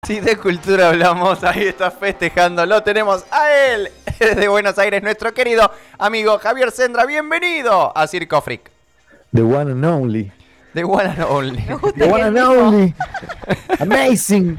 Si de cultura hablamos, ahí está festejando. Lo tenemos a él, desde Buenos Aires, nuestro querido amigo Javier Sendra. Bienvenido a Circo Freak. The one and only. The one and only. The one and only. Amazing.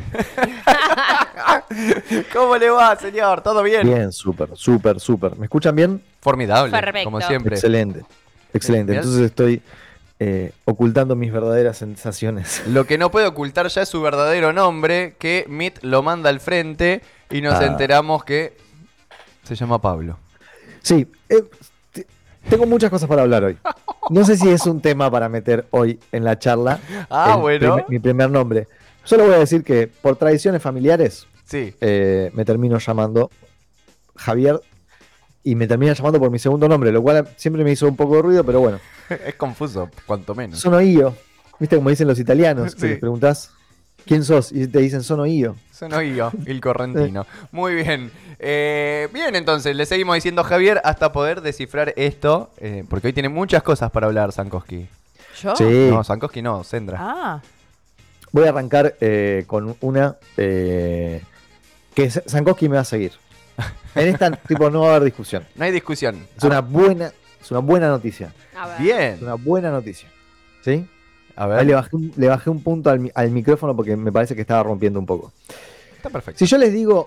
¿Cómo le va, señor? ¿Todo bien? Bien, súper. ¿Me escuchan bien? Formidable, Perfecto. como siempre. Excelente. Entonces estoy ocultando mis verdaderas sensaciones. Lo que no puede ocultar ya es su verdadero nombre, que Meet lo manda al frente y nos enteramos que se llama Pablo. Sí, tengo muchas cosas para hablar hoy. No sé si es un tema para meter hoy en la charla. Bueno. Mi primer nombre. Solo voy a decir que por tradiciones familiares Sí. me termino llamando Javier y me termina llamando por mi segundo nombre, lo cual siempre me hizo un poco de ruido, pero bueno. Es confuso, cuanto menos. Sono io. ¿Viste como dicen los italianos? Sí. Que les preguntás quién sos y te dicen sono io. Soy yo, el correntino. Muy bien. Bien, entonces, le seguimos diciendo Javier hasta poder descifrar esto, porque hoy tiene muchas cosas para hablar Sankoski. ¿Yo? Sí. No, Sankoski no, Sendra. Ah, Voy a arrancar con una que Sankoski me va a seguir. En esta tipo no va a haber discusión. No hay discusión. Es una buena noticia. a ver. Bien. Es una buena noticia. ¿Sí? A Ahí ver. le bajé un punto al micrófono porque me parece que estaba rompiendo un poco. Está perfecto. Si yo les digo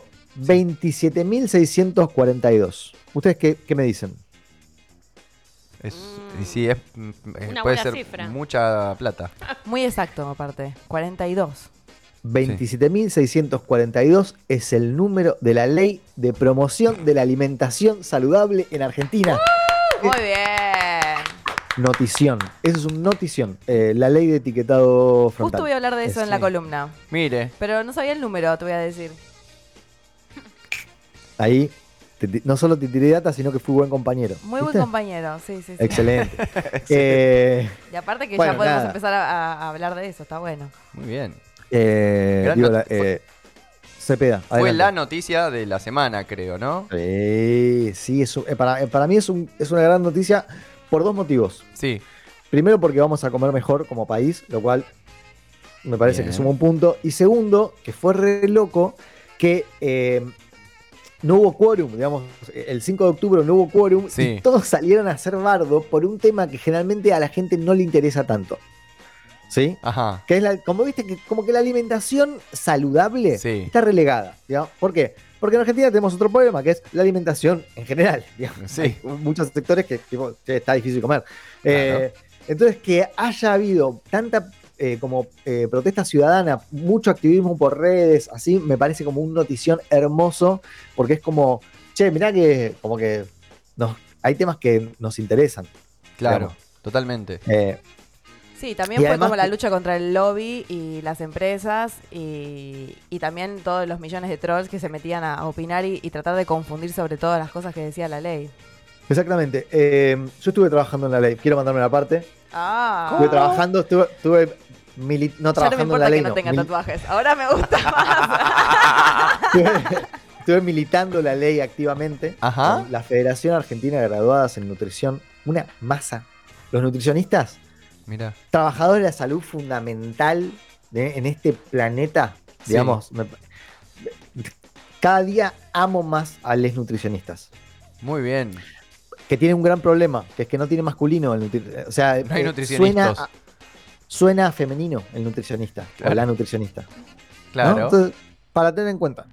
27.642, ¿ustedes qué me dicen? Y sí, Una puede buena ser cifra. mucha plata. Muy exacto, aparte. 42. 27.642 es el número de la ley de promoción de la alimentación saludable en Argentina. Muy bien. Notición. Eso es un notición. La ley de etiquetado frontal. Justo voy a hablar de eso en la Sí. columna. Mire, Pero no sabía el número, te voy a decir. Ahí no solo te tiré data, sino que fui buen compañero. Muy buen ¿Viste? compañero, sí. Excelente. Y aparte que Bueno, ya podemos nada. empezar a hablar de eso, está bueno. muy bien. Cepeda, Fue adelante. la noticia de la semana, creo, ¿no? Sí, para mí es una gran noticia por dos motivos. Sí. Primero, porque vamos a comer mejor como país, lo cual me parece Bien. que suma un punto. Y segundo, que fue re loco que no hubo quórum, digamos, el 5 de octubre no hubo quórum Sí. y todos salieron a hacer bardo por un tema que generalmente a la gente no le interesa tanto. ¿Sí? Ajá. Que es como viste, como que la alimentación saludable Sí. está relegada. ¿Digamos? ¿Por qué? Porque en Argentina tenemos otro problema, que es la alimentación en general. Digamos. Sí. Hay muchos sectores que tipo, che, está difícil comer. Claro. Entonces, que haya habido tanta protesta ciudadana, mucho activismo por redes, así, me parece como un notición hermoso, porque es como, che, mirá que como que hay temas que nos interesan. Claro, Digamos. totalmente. Sí, también Y fue además como la que- lucha contra el lobby y las empresas y también todos los millones de trolls que se metían a opinar y tratar de confundir sobre todas las cosas que decía la ley. Exactamente. Yo estuve trabajando en la ley, quiero mandarme la parte. Ah, Estuve trabajando, estuve no ya no me trabajando en importa la ley, que no tenga tatuajes. Ahora me gusta más. estuve militando la ley activamente. Ajá. Con la Federación Argentina de Graduadas en Nutrición, una masa. Los nutricionistas, Mira. trabajadores de la salud fundamental en este planeta, Sí. digamos. Cada día amo más a los nutricionistas. Muy bien. Que tienen un gran problema, que es que no tiene masculino o sea, No hay nutricionistas. suena femenino el nutricionista Claro. o la nutricionista. ¿no? Claro. Entonces, para tener en cuenta.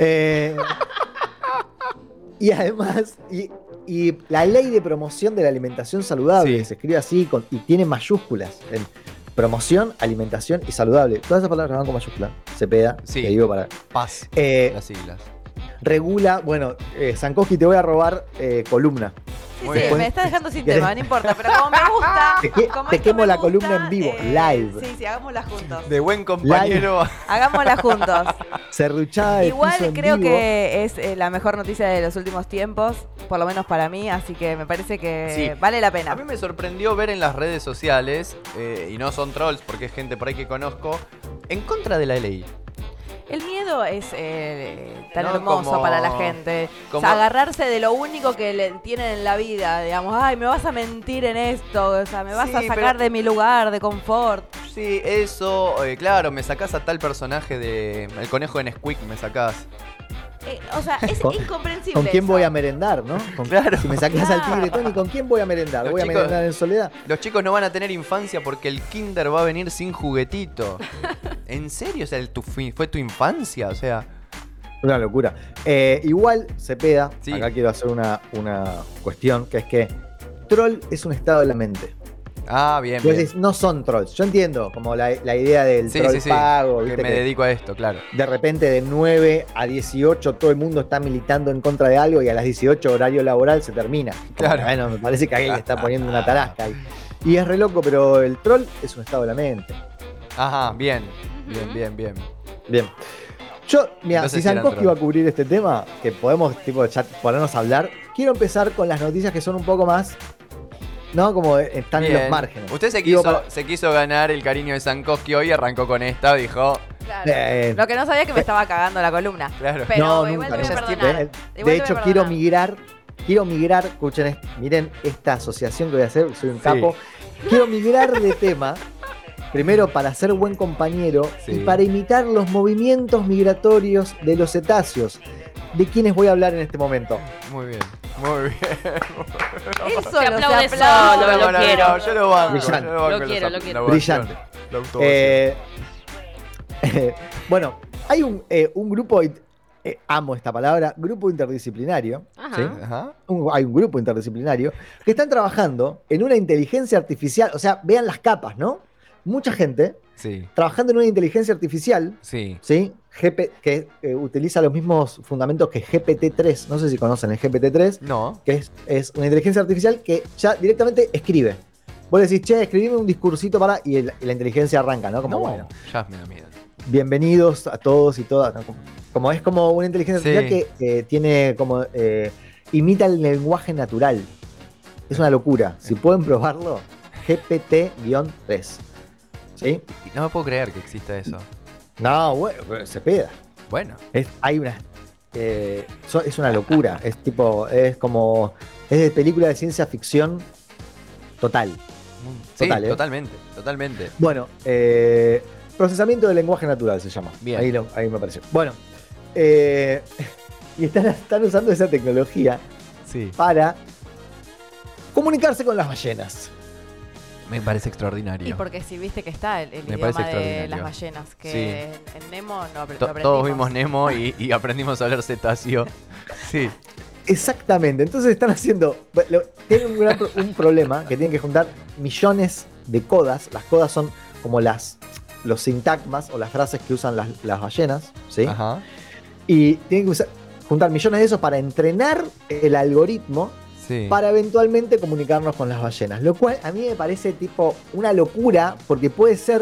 Y además, y la ley de promoción de la alimentación saludable Sí. se escribe así y tiene mayúsculas. En promoción, alimentación y saludable. Todas esas palabras van con mayúsculas. Cepeda, Sí. te digo para. Paz. Eh, Las siglas. regula, bueno, Sankoski, te voy a robar columna. Sí, Muy sí, bien. me está dejando sin ¿Querés? tema, no importa, pero como me gusta. Como te esto quemo me la gusta, columna en vivo, live. Sí, hagámosla juntos. De buen compañero. Hagámosla juntos. Serruchada de Igual piso en creo vivo. que es la mejor noticia de los últimos tiempos, por lo menos para mí, así que me parece que Sí. vale la A pena. mí me sorprendió ver en las redes sociales, y no son trolls porque es gente por ahí que conozco, en contra de la ley. El miedo es tan No, hermoso como- para la gente. como- O sea, agarrarse de lo único que le tienen en la vida. Digamos, ay, me vas a mentir en esto. O sea, me vas Sí, a sacar pero- de mi lugar de confort. Sí, Sí, eso, claro, me sacás a tal personaje de el conejo de Nesquik, me sacás. O sea, es ¿Con- incomprensible. ¿Con quién eso. voy a merendar, no? Claro. Si me sacas al tigre Claro. Tony, ¿con quién voy a merendar? Los ¿Voy a chicos- merendar en soledad? Los chicos no van a tener infancia porque el kinder va a venir sin juguetito. ¿En serio? O sea, fue tu infancia, o sea... Una locura. Igual, Cepeda, Sí. acá quiero hacer una cuestión, que es que troll es un estado de la mente. Ah, bien, Vos bien. decís, no son trolls. Yo entiendo como la idea del Sí, troll sí, sí, pago, que ¿viste? me que dedico a esto, claro. de repente de 9 a 18 todo el mundo está militando en contra de algo y a las 18 horario laboral se termina. Como, Claro. Bueno, me parece que alguien le está poniendo una tarasca ahí. Y es re loco, pero el troll es un estado de la mente. Ajá, bien. Bien, Ujú. bien, bien. Bien. Yo, mira, Entonces si eran Sankoski troll. va a cubrir este tema, que podemos tipo ya ponernos a hablar, quiero empezar con las noticias que son un poco más, ¿no? Como están en Bien. los márgenes. Usted se Digo, quiso ganar el cariño de Sankoski hoy y arrancó con esta, dijo... Claro. Eh, Lo que no sabía es que me estaba cagando la columna. Claro. Pero no, igual nunca. te voy a nunca. perdonar. De Igual te voy hecho, a quiero perdonar. migrar, escuchen, miren esta asociación que voy a hacer, soy un Sí. capo. Quiero migrar de tema, primero para ser buen compañero Sí. y para imitar los movimientos migratorios de los cetáceos, de quienes voy a hablar en este momento. Muy bien, muy bien. Él solo aplaude se solo, aplaude. lo quiero. Yo lo banco, Brillante. yo lo banco Lo en quiero, la- lo quiero. la ovación, Brillante. la autoovación. Eh, bueno, hay un grupo, amo esta palabra, grupo interdisciplinario. Ajá. ¿sí? Ajá. Hay un grupo interdisciplinario que están trabajando en una inteligencia artificial. O sea, vean las capas, ¿no? Mucha gente Sí, trabajando en una inteligencia artificial, sí. ¿sí? Que utiliza los mismos fundamentos que GPT-3. No sé si conocen el GPT-3, No. que es una inteligencia artificial que ya directamente escribe. Vos decís, che, escribime un discursito para. Y la inteligencia arranca, ¿no? Como, No, bueno, ya me da miedo. bienvenidos a todos y todas. ¿no? Como es como una inteligencia Sí. artificial que tiene como. Imita el lenguaje natural. Es una locura. Si pueden probarlo, GPT-3. ¿Sí? No me puedo creer que exista eso. No, bueno, se peda. Bueno. Hay una. Es una locura. Es tipo. Es como. Es de película de ciencia ficción total. Sí, Total, ¿eh? totalmente, totalmente. Bueno, procesamiento del lenguaje natural se llama. Bien. Ahí me apareció. Bueno, y están usando esa tecnología Sí. para comunicarse con las ballenas. Me parece Y extraordinario. porque si viste que está el Me idioma parece de extraordinario. las ballenas, que Sí. en Nemo no Todos vimos Nemo y aprendimos a hablar cetáceo. Sí. Exactamente. Entonces están haciendo. Tienen un problema que tienen que juntar millones de codas. Las codas son como los sintagmas o las frases que usan las ballenas. ¿sí? Ajá. Y tienen que juntar millones de esos para entrenar el algoritmo Sí. para eventualmente comunicarnos con las ballenas. Lo cual a mí me parece tipo una locura, porque puede ser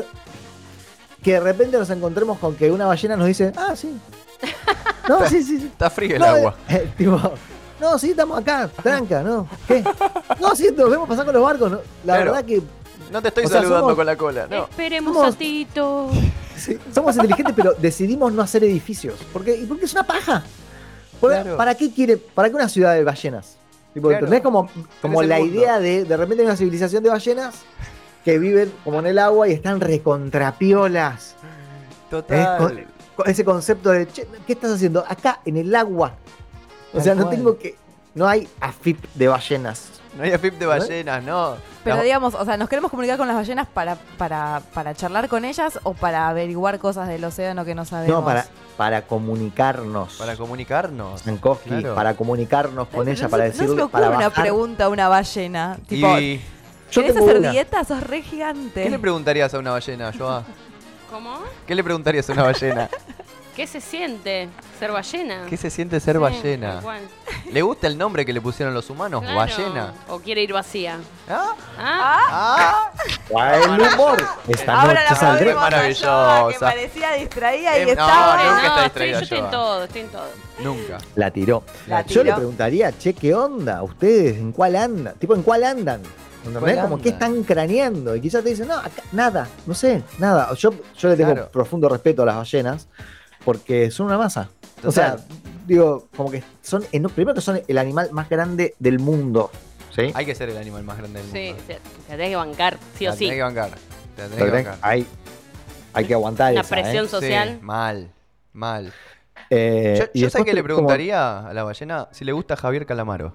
que de repente nos encontremos con que una ballena nos dice, ah, sí. No, sí, sí, sí. Está frío el No, agua. tipo, no, sí, estamos acá, tranca, ¿no? ¿Qué? No, sí, nos vemos pasar con los barcos, ¿no? La Claro. verdad que No te estoy o sea, saludando somos- con la cola. No. Esperemos Vamos. a Tito. sí, somos inteligentes, pero decidimos no hacer edificios. ¿Y por qué es una paja? Claro. ¿Para qué una ciudad de ballenas? Tipo, Claro. ¿entendés? Como Tenés el la mundo. idea de repente hay una civilización de ballenas que viven como en el agua y están recontrapiolas. Total. Con ese concepto de, che, ¿qué estás haciendo? Acá, en el agua. O Tal sea, no cual. tengo que. No hay AFIP de ballenas. No hay AFIP de ballenas, no. Pero La- digamos, o sea, ¿nos queremos comunicar con las ballenas para charlar con ellas o para averiguar cosas del océano que no sabemos? No, para comunicarnos. para comunicarnos. Sankoski, Claro. para comunicarnos con Pero ella, no para se- no se me decirle, ocurre para una bajar. pregunta a una ballena. Tipo, Y Yo ¿querés tengo hacer una. dieta? Sos re gigante. ¿qué le preguntarías a una ballena, Joa? ¿Cómo? ¿Qué le preguntarías a una ballena? ¿Qué se siente ser ballena? ¿Qué se siente ser Sí, ballena? tal cual. ¿Le gusta el nombre que le pusieron los humanos? Claro. Ballena. ¿O quiere ir vacía? ¿Ah? ¿Ah? ¡Ah! El humor. Esta Ahora noche la saldré. aplaudimos a Maravillosa. Joa, que parecía distraída y No, estaba... nunca está No, distraída, yo estoy en Joa. todo, estoy en todo. Nunca. La tiró. La Yo le tiró. preguntaría, che, ¿qué onda? ¿Ustedes en cuál andan? Tipo, ¿en cuál andan? ¿Entendés? ¿Cuál Como que andan? están craneando. Y quizás te dicen, no, acá, nada, no sé, nada. Yo le tengo Claro. profundo respeto a las ballenas porque son una masa. O sea, Total. digo, como que son, primero que son el animal más grande del mundo. ¿Sí? Hay que ser el animal más grande del Sí, mundo. te tenés que bancar, sí o La tenés sí. que bancar. Te la tenés que bancar. Hay que aguantar Una esa, presión ¿eh? social. Sí, mal. Yo Y sé después que le como- preguntaría a la ballena si le gusta Javier Calamaro.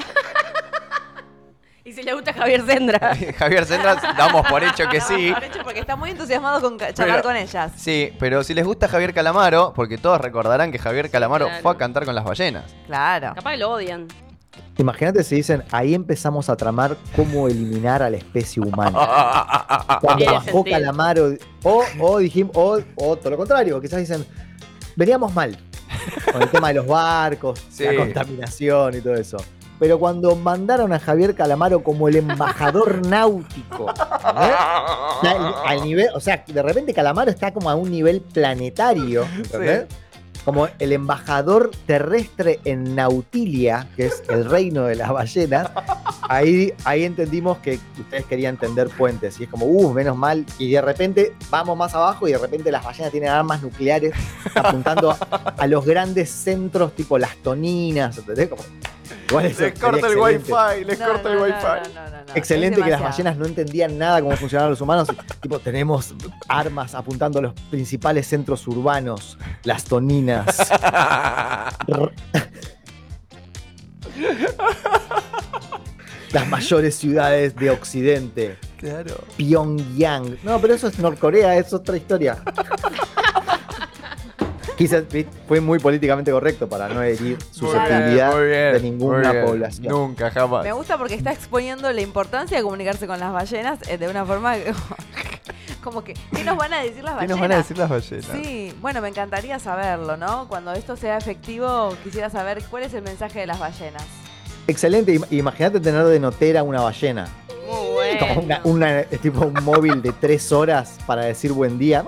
Y si le gusta Javier Sendra. Javier Sendra, damos por hecho que sí. Por hecho, porque está muy entusiasmado con charlar con ellas. Sí, pero si les gusta Javier Calamaro, porque todos recordarán que Javier Calamaro claro. fue a cantar con las ballenas. Claro. Capaz que lo odian. Imagínate si dicen, ahí empezamos a tramar cómo eliminar a la especie humana. Cuando Tiene bajó sentido. Calamaro, o dijimos, o todo lo contrario, quizás dicen, veníamos mal con el tema de los barcos, Sí. la contaminación y todo eso. Pero cuando mandaron a Javier Calamaro como el embajador náutico, ¿entendés? Al nivel, o sea, de repente Calamaro está como a un nivel planetario, ¿entendés? Como el embajador terrestre en Nautilia, que es el reino de las ballenas. Ahí entendimos que ustedes querían entender puentes. Y es como, menos mal. Y de repente vamos más abajo y de repente las ballenas tienen armas nucleares apuntando a los grandes centros tipo las toninas. ¿Entendés? Como, igual eso Les sería corta el excelente. wifi, les corta el wifi. No, Excelente es que las demasiado. ballenas no entendían nada cómo funcionaban los humanos. Tipo, tenemos armas apuntando a los principales centros urbanos, las toninas. Las mayores ciudades de Occidente. Claro. Pyongyang. No, pero eso es Norcorea, es otra historia. Quizás fue muy políticamente correcto para no herir susceptibilidad Muy bien, de ninguna muy bien. población. Nunca, jamás. Me gusta porque está exponiendo la importancia de comunicarse con las ballenas de una forma como que, ¿qué nos van a decir las ¿Qué ballenas? nos van a decir las ballenas? Sí, bueno, me encantaría saberlo, ¿no? Cuando esto sea efectivo, quisiera saber cuál es el mensaje de las ballenas. Excelente. Imagínate tener de notera una ballena. Muy Como bueno. es tipo un móvil de 3 horas para decir buen día.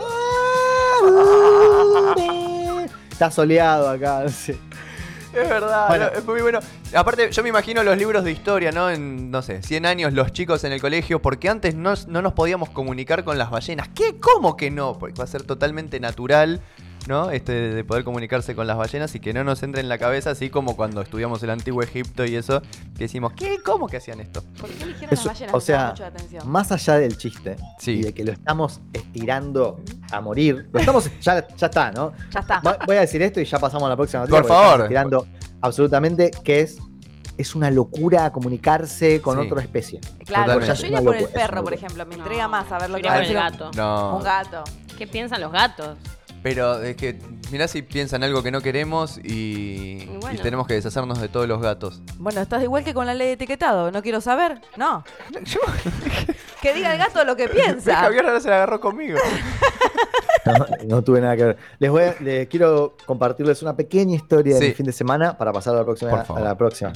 Está soleado acá. No sé. Es verdad, Bueno. es muy bueno. Aparte, yo me imagino los libros de historia, ¿no? En, no sé, 100 años los chicos en el colegio, porque antes no nos podíamos comunicar con las ballenas. ¿Qué? ¿Cómo que no? Porque va a ser totalmente natural, ¿no? De poder comunicarse con las ballenas y que no nos entre en la cabeza, así como cuando estudiamos el antiguo Egipto y eso, que decimos, ¿qué? ¿Cómo que hacían esto? ¿Por qué eligieron Eso, las ballenas? o Me llama sea, mucho la atención. más allá del chiste Sí. y de que lo estamos estirando a morir, lo estamos, ya está, ¿no? Ya está. Voy a decir esto y ya pasamos a la próxima noticia. Por porque estamos favor. estirando absolutamente, que es una locura comunicarse con Sí. otra especie. Claro, Totalmente. yo iría por el Es una perro, por locura. ejemplo. Me No, entrega más a ver lo yo que iría va a por el decir gato. No. un gato. ¿Qué piensan los gatos? Pero es que, mirá si piensan algo que no queremos y Bueno. tenemos que deshacernos de todos los gatos. Bueno, estás igual que con la ley de etiquetado. No quiero saber. No. Que diga el gato lo que piensa. Javier ahora se la agarró conmigo. No tuve nada que ver. Les quiero compartirles una pequeña historia de Sí. mi fin de semana para pasar a la próxima. Por favor.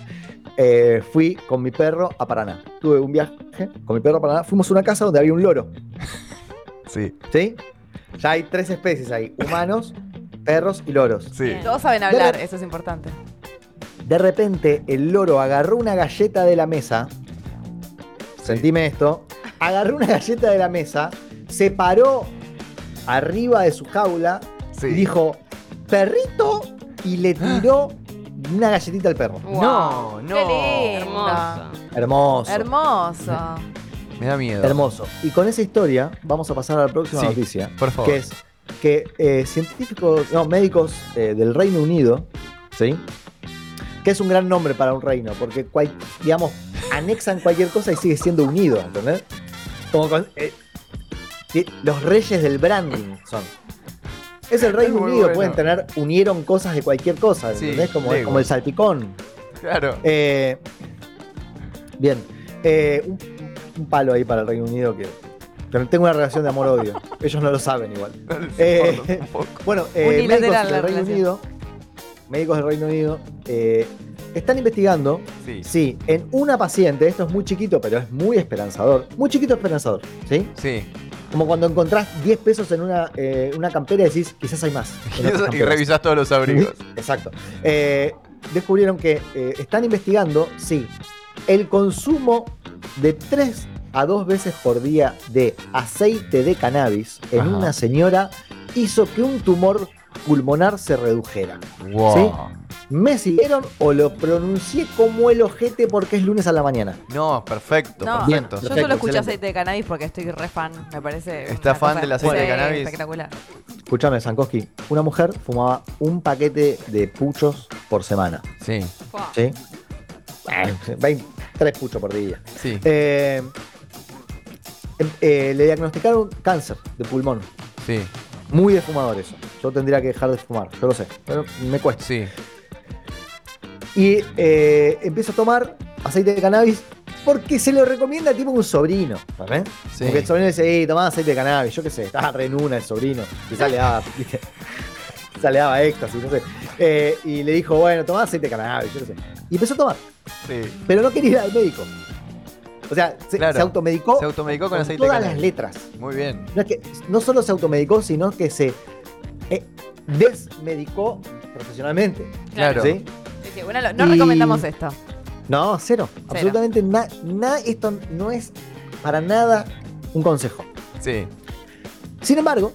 Fui con mi perro a Paraná. Tuve un viaje con mi perro a Paraná. Fuimos a una casa donde había un loro. Sí, ¿Sí? Ya hay 3 especies ahí: humanos, perros y loros. sí. Bien. Todos saben hablar, eso es importante. De repente, el loro agarró una galleta de la mesa. Sentime esto. Agarró una galleta de la mesa, se paró arriba de su jaula Sí. y dijo, perrito, y le tiró una galletita al perro. No, no. Qué lindo. Hermoso. Hermoso. Hermoso. Me da miedo. Hermoso. Y con esa historia vamos a pasar a la próxima Sí, noticia. por favor. Que es que médicos del Reino Unido, ¿sí? Que es un gran nombre para un reino, porque digamos, anexan cualquier cosa y sigue siendo unido, ¿entendés? Como los reyes del branding son. Es el Reino muy Unido, bueno. unieron cosas de cualquier cosa, Sí, ¿entendés? Como Lego. el salpicón. Claro. Bien, un palo ahí para el Reino Unido que tengo una relación de amor-odio. Ellos no lo saben igual. Un poco. Bueno, Unilateral la relación. médicos del Reino Unido están investigando Sí. si en una paciente, esto es muy chiquito, pero es muy esperanzador, muy chiquito esperanzador, ¿sí? Sí. Como cuando encontrás 10 pesos en una campera y decís, quizás hay más. en otras Y camperas. revisás todos los abrigos. Exacto. Descubrieron que están investigando si el consumo de 3 a 2 veces por día de aceite de cannabis en Ajá. una señora hizo que un tumor pulmonar se redujera. Wow. ¿Sí? ¿Me siguieron o lo pronuncié como el ojete porque es lunes a la mañana? No, perfecto, No, Bien, perfecto. yo perfecto, solo escuché excelente. aceite de cannabis porque estoy re fan, me parece. ¿Está una fan cosa del aceite de cannabis? Espectacular. Escúchame, Sankoski. Una mujer fumaba un paquete de puchos por semana. Sí, Fua. ¿Sí? 3 puchos por día. sí. Le diagnosticaron cáncer de pulmón. Sí, Muy de fumador eso. Yo tendría que dejar de fumar, yo lo sé. Pero me cuesta. sí. Y empiezo a tomar aceite de cannabis porque se lo recomienda tipo un sobrino. ¿Sabes? Sí. Porque el sobrino dice, tomá aceite de cannabis. Yo qué sé, estaba re en una el sobrino. Quizás le daba, ¿viste? Quizás le daba éxtasis, no sé. Y le dijo, bueno, tomá aceite de cannabis, yo qué sé. Y empezó a tomar. Sí. Pero no quería ir al médico. O sea, Claro, se automedicó, se automedicó con aceite de todas cannabis. las letras. Muy bien. No, es que, no solo se automedicó, sino que se desmedicó profesionalmente. Claro. ¿Sí? Sí, sí, bueno, no Y- recomendamos esto. No, cero. Absolutamente nada. Esto no es para nada un consejo. Sí. Sin embargo,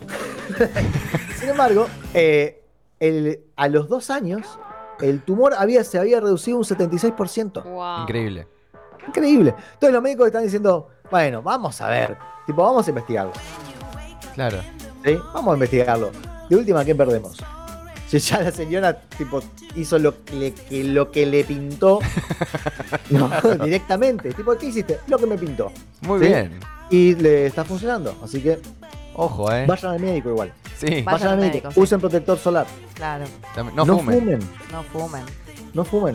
a los 2 años, el tumor se había reducido un 76%. Wow. Increíble. Increíble. Entonces los médicos están diciendo, bueno, vamos a ver. Tipo, vamos a investigarlo. Claro. ¿Sí? Vamos a investigarlo. De última, ¿qué perdemos? Si ya la señora tipo hizo lo que le pintó, no, directamente. Tipo, ¿qué hiciste? Lo que me pintó. Muy ¿Sí? bien. Y le está funcionando. Así que Ojo, vayan al médico igual. Sí. Vayan al médico, sí. Usen protector solar. Claro, También- No fumen. no fumen. No fumen.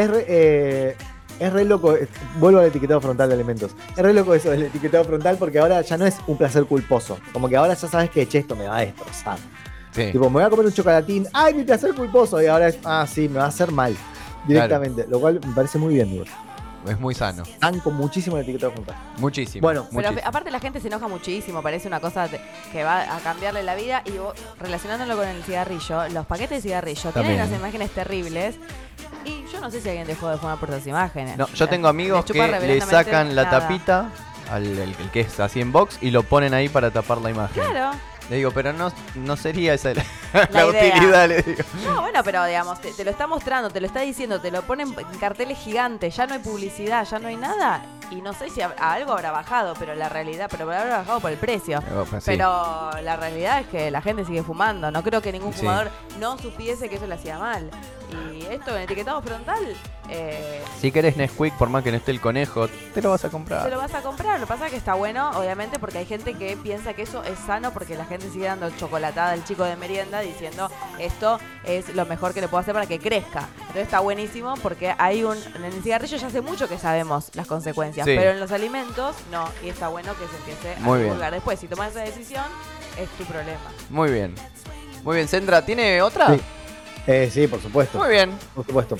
Es re loco. Vuelvo al etiquetado frontal de alimentos. Es re loco eso del etiquetado frontal porque ahora ya no es un placer culposo. Como que ahora ya sabes que, che, esto me va a destrozar. Sí. Tipo, me voy a comer un chocolatín. ¡Ay, mi placer culposo! Y ahora es, sí, me va a hacer mal. Directamente. Lo cual me parece muy bien, digo. Es muy sano. Tanco muchísimo el etiquetado frontal. Muchísimo. Bueno, Pero muchísimo. aparte la gente se enoja muchísimo, parece una cosa que va a cambiarle la vida y vos, relacionándolo con el cigarrillo, los paquetes de cigarrillo tienen También. unas imágenes terribles y yo no sé si alguien dejó de fumar por esas imágenes. No, yo tengo amigos Les chupa que le reverendamente sacan la nada. tapita al el que es así en box y lo ponen ahí para tapar la imagen. Claro. Le digo, pero no sería esa la La idea. utilidad, le digo. No, bueno, pero digamos, te lo está mostrando, te lo está diciendo, te lo ponen en carteles gigantes, ya no hay publicidad, ya no hay nada. Y no sé si a algo habrá bajado, pero la realidad, pero habrá bajado por el precio. Pues sí. Pero la realidad es que la gente sigue fumando. No creo que ningún Sí. fumador no supiese que eso le hacía mal. Y esto en etiquetado frontal, Si querés Nesquik, por más que no esté el conejo, te lo vas a comprar. te lo vas a comprar. Lo que pasa es que está bueno, obviamente, porque hay gente que piensa que eso es sano porque la gente sigue dando chocolatada al chico de merienda diciendo esto es lo mejor que le puedo hacer para que crezca. Entonces está buenísimo porque en el cigarrillo ya hace mucho que sabemos las consecuencias, Sí. pero en los alimentos no. Y está bueno que se empiece Muy a bien. divulgar. Después, si tomas esa decisión, es tu problema. Muy bien. Muy bien, Sandra, ¿tiene otra? Sí. Sí, por supuesto. Muy bien. Por supuesto.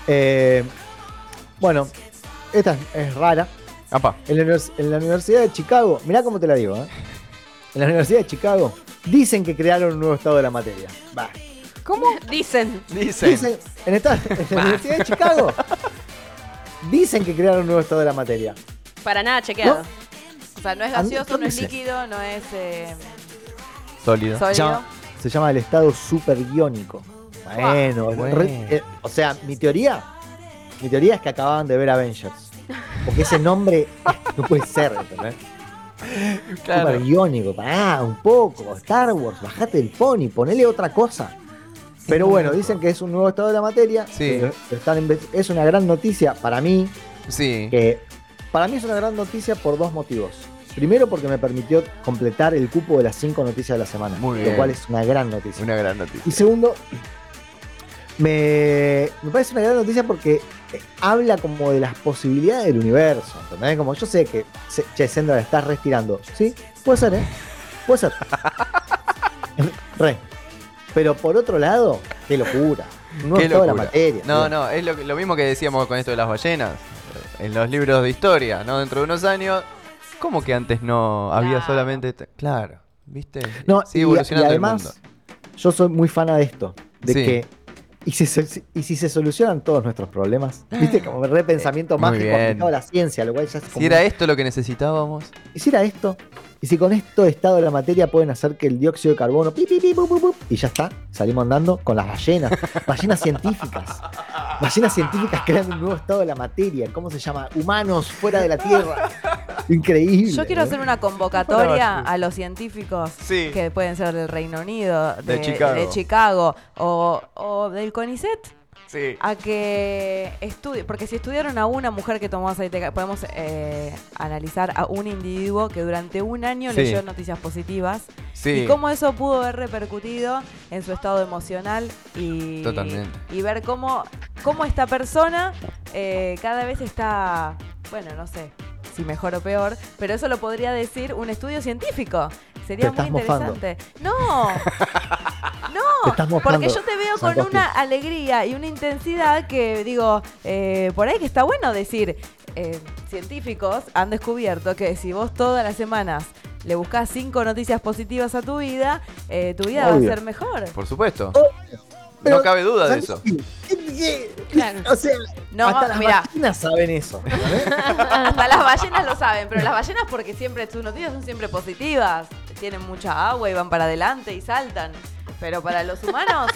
Bueno, esta es rara. Apa. En la Universidad de Chicago, mirá cómo te la digo, ¿eh? En la Universidad de Chicago dicen que crearon un nuevo estado de la materia. Va. ¿Cómo? Dicen. Dicen, en la Universidad de Chicago dicen que crearon un nuevo estado de la materia. Para nada chequeado. O sea, no es A mí, gaseoso, yo no es qué sé. líquido, no es Sólido. sólido. Se llama el estado superguiónico. Bueno, Bueno. o sea, mi teoría es que acababan de ver Avengers. Porque ese nombre no puede ser, ¿entendés? Claro. Superguiónico, pará, un poco. Star Wars, bajate el pony, ponele otra cosa. Pero bueno, dicen que es un nuevo estado de la materia. Sí. que es una gran noticia para mí. Sí. Para mí es una gran noticia por 2 motivos. Primero, porque me permitió completar el cupo de las 5 noticias de la semana. Muy Lo bien. cual es una gran noticia. Una gran noticia. Y segundo, me parece una gran noticia porque habla como de las posibilidades del universo. ¿Entendés? Como yo sé que, che, Sandra, estás respirando. Sí, puede ser, ¿eh? Puede ser. Re. Pero por otro lado, qué locura. No Qué es toda la locura. materia. No, tío. no, es lo mismo que decíamos con esto de las ballenas. En los libros de historia, ¿no? Dentro de unos años, ¿cómo que antes no había Claro. solamente... Claro, ¿viste? No, Sigue y evolucionando además, el mundo. yo soy muy fana de esto. De Sí. que. Y si se solucionan todos nuestros problemas, ¿viste? Como repensamiento Muy mágico bien. aplicado a la ciencia, lo cual ya es como. Si era esto lo que necesitábamos... Hiciera esto, y si con esto estado de la materia pueden hacer que el dióxido de carbono, pi, pi, pi, pu, pu, pu, y ya está, salimos andando con las ballenas científicas. Ballenas científicas creando un nuevo estado de la materia. ¿Cómo se llama? Humanos fuera de la Tierra. Increíble. Yo quiero hacer una convocatoria Bueno, a los científicos Sí. que pueden ser del Reino Unido, De Chicago. de Chicago o del CONICET, Sí. a que estudie, porque si estudiaron a una mujer que tomó aceite, podemos analizar a un individuo que durante un año Sí. leyó noticias positivas Sí. y cómo eso pudo haber repercutido en su estado emocional y, Totalmente. y ver cómo esta persona cada vez está, bueno, no sé si mejor o peor, pero eso lo podría decir un estudio científico. Sería Te muy estás mofando. interesante. No, Te no, estás mofando, porque yo te veo con Sankoski. una alegría y una intensidad que digo, por ahí que está bueno decir, científicos han descubierto que si vos todas las semanas le buscás 5 noticias positivas a tu vida va a Obvio. ser mejor. Por supuesto. Pero, No cabe duda de eso. Claro. O sea, No, hasta las mirá. ballenas saben eso. ¿sabes? Hasta las ballenas lo saben, pero las ballenas porque siempre sus noticias son siempre positivas, tienen mucha agua y van para adelante y saltan. Pero para los humanos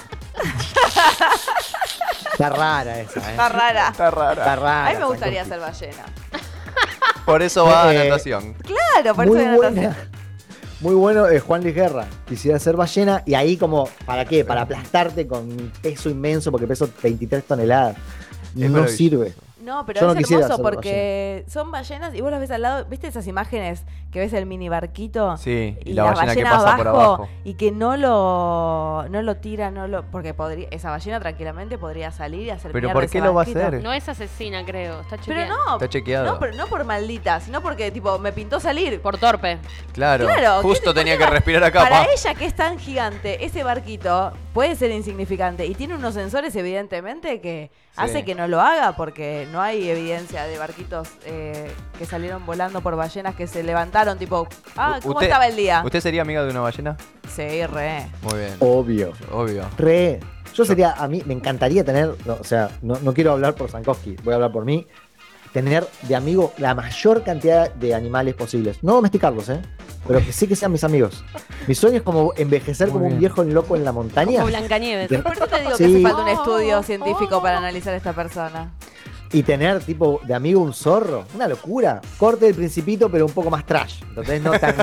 Está rara esa, ¿eh? está rara. Está rara. Está rara. A mí me gustaría Sankoski. ser ballena. Por eso va a Eh, natación. Claro, por Muy eso voy a natación. buena. Muy bueno, Juan Luis Guerra. Quisiera ser ballena y ahí como, ¿para qué? Para aplastarte con mi peso inmenso porque peso 23 toneladas. No maravilloso. sirve. No, pero Yo no es quisiera hermoso ser porque son ballenas y vos las ves al lado. ¿Viste esas imágenes que ves el mini barquito? Sí, y Y la la ballena que ballena pasa por abajo. y que no lo tira, porque esa ballena tranquilamente podría salir y hacer Pero mierda ¿por ese qué lo va a barquito. hacer? No es asesina, creo. Está Pero chequeado. no, Está chequeado. no, pero no por maldita, sino porque tipo me pintó salir. Por torpe. Claro. Claro, Justo ¿qué- tenía por que qué va- respirar acá, Para pa. ella que es tan gigante, ese barquito puede ser insignificante y tiene unos sensores evidentemente que hace que no lo haga porque no hay evidencia de barquitos que salieron volando por ballenas que se levantaron tipo, ¿cómo Usted- estaba el día? ¿Usted sería amiga de una ballena? Sí, re. Muy bien. Obvio. Obvio. Re. Yo sería, a mí me encantaría tener, no quiero hablar por Sankoski, voy a hablar por mí, tener de amigo la mayor cantidad de animales posibles. No domesticarlos, pero que sí que sean mis amigos. Mi sueño es como envejecer Muy como un bien. viejo loco en la montaña Como Blancanieves. De- Por eso te digo Sí. que hace falta un Oh, estudio oh, científico oh. para analizar a esta persona. y tener tipo de amigo un zorro. Una locura. Corte del Principito, pero un poco más trash. Entonces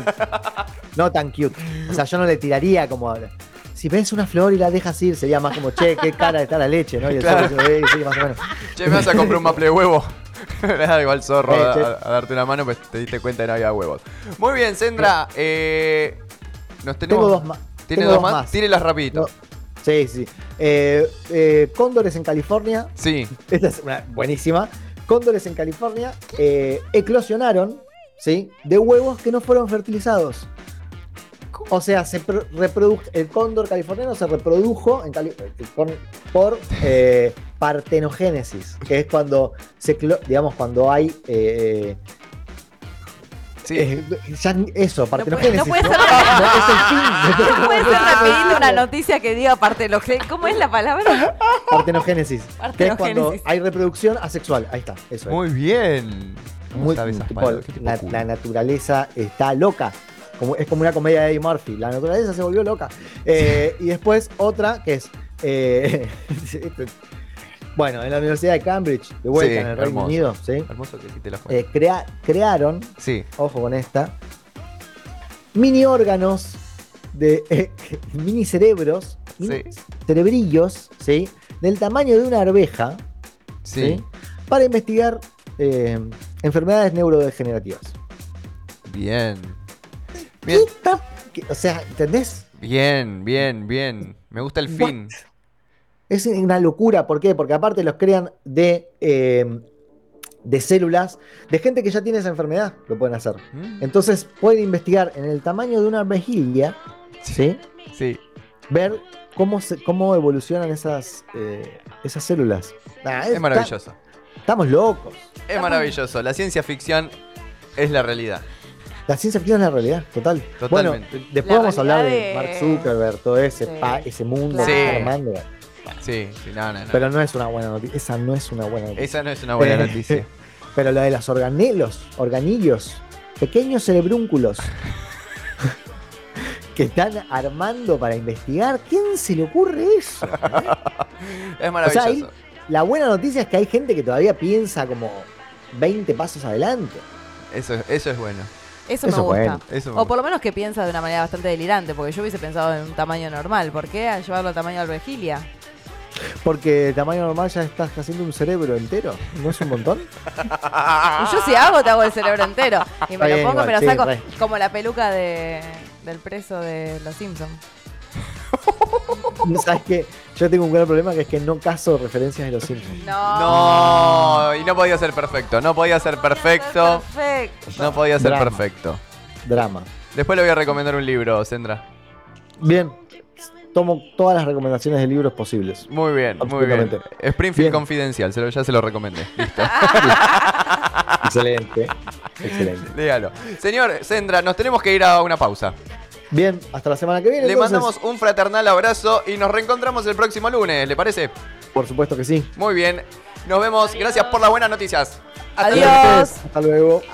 no tan cute. O sea, yo no le tiraría como... Si ves una flor y la dejas ir, sería más como, che, qué cara está la leche, ¿no? Y el Claro. zorro se ve y sigue más o menos. Che, me vas a comprar un maple de huevo. Le da igual zorro Che. a darte una mano, pues te diste cuenta que no había huevos. Muy bien, Sendra. Nos tenemos. Tengo dos más. ¿Tiene tengo dos dos más? más. Tírelas rapidito. No. Sí. Cóndores en California. Sí. Esta es una buenísima. Cóndores en California eclosionaron, ¿sí? De huevos que no fueron fertilizados. O sea, el cóndor californiano se reprodujo por partenogénesis, que es cuando cuando hay Sí. eso, partenogénesis. no puede ser- es el fin. ¿No puede ser rapidito una noticia que diga partenogénesis? ¿Cómo es la palabra? Partenogénesis, que es cuando Partenogénesis. hay reproducción asexual. Ahí está, eso es. Muy bien. ¿Cómo Muy, sabe esas tipo, palabras? Qué tipo la, cool. la naturaleza está loca. Es como una comedia de Eddie Murphy. La naturaleza se volvió loca. Y después otra que es. Bueno, en la Universidad de Cambridge, de vuelta Sí, en el Reino hermoso. Unido, ¿sí? Hermoso que sí te las cuento. Crearon, Sí. ojo con esta, mini órganos de mini cerebros, mini Sí. cerebrillos, ¿sí? Del tamaño de una arveja, Sí. ¿sí? Para investigar enfermedades neurodegenerativas. Bien. Bien. O sea, ¿entendés? Bien. Me gusta el fin. Es una locura. ¿Por qué? Porque aparte los crean de células de gente que ya tiene esa enfermedad. Lo pueden hacer. Mm. Entonces pueden investigar en el tamaño de una arvejilla, ¿sí? Sí. Ver cómo evolucionan esas células. Es maravilloso. Estamos locos. Es maravilloso. La ciencia ficción es la realidad. La ciencia ficción es la realidad, total. Totalmente. Bueno, después La vamos a hablar de realidad Mark Zuckerberg, todo ese, Sí. ese mundo Claro. que está armando. Sí, no. Pero no es una buena noticia. Esa no es una buena noticia. Esa no es una buena noticia. Pero la de los organillos, pequeños cerebrúnculos que están armando para investigar, ¿quién se le ocurre eso? Es maravilloso. O sea, la buena noticia es que hay gente que todavía piensa como 20 pasos adelante. Eso es bueno. Eso Eso me gusta. bueno. Eso me O por lo menos que piensa de una manera bastante delirante, porque yo hubiese pensado en un tamaño normal. ¿Por qué a llevarlo al tamaño de alvejilia? Porque el tamaño normal ya estás haciendo un cerebro entero. ¿No es un montón? Y yo si hago, te hago el cerebro entero. Y me Está lo bien, pongo y me lo igual, sí, saco re. como la peluca del preso de Los Simpsons. ¿Sabes qué? Yo tengo un gran problema que es que no caso referencias de los Simpsons. No, y no podía ser perfecto. No podía ser perfecto. Perfecto. No podía ser Drama. perfecto. Drama. Después le voy a recomendar un libro, Sendra. Bien. Tomo todas las recomendaciones de libros posibles. Muy bien, muy bien. Absolutamente. Springfield Bien. Confidencial, ya se lo recomendé. Listo. Excelente. Excelente. Léalo. Señor Sendra, nos tenemos que ir a una pausa. Bien, hasta la semana que viene. Le entonces. mandamos un fraternal abrazo y nos reencontramos el próximo lunes, ¿le parece? Por supuesto que sí. Muy bien. Nos vemos. Gracias por las buenas noticias. Hasta Adiós. luego. Hasta luego.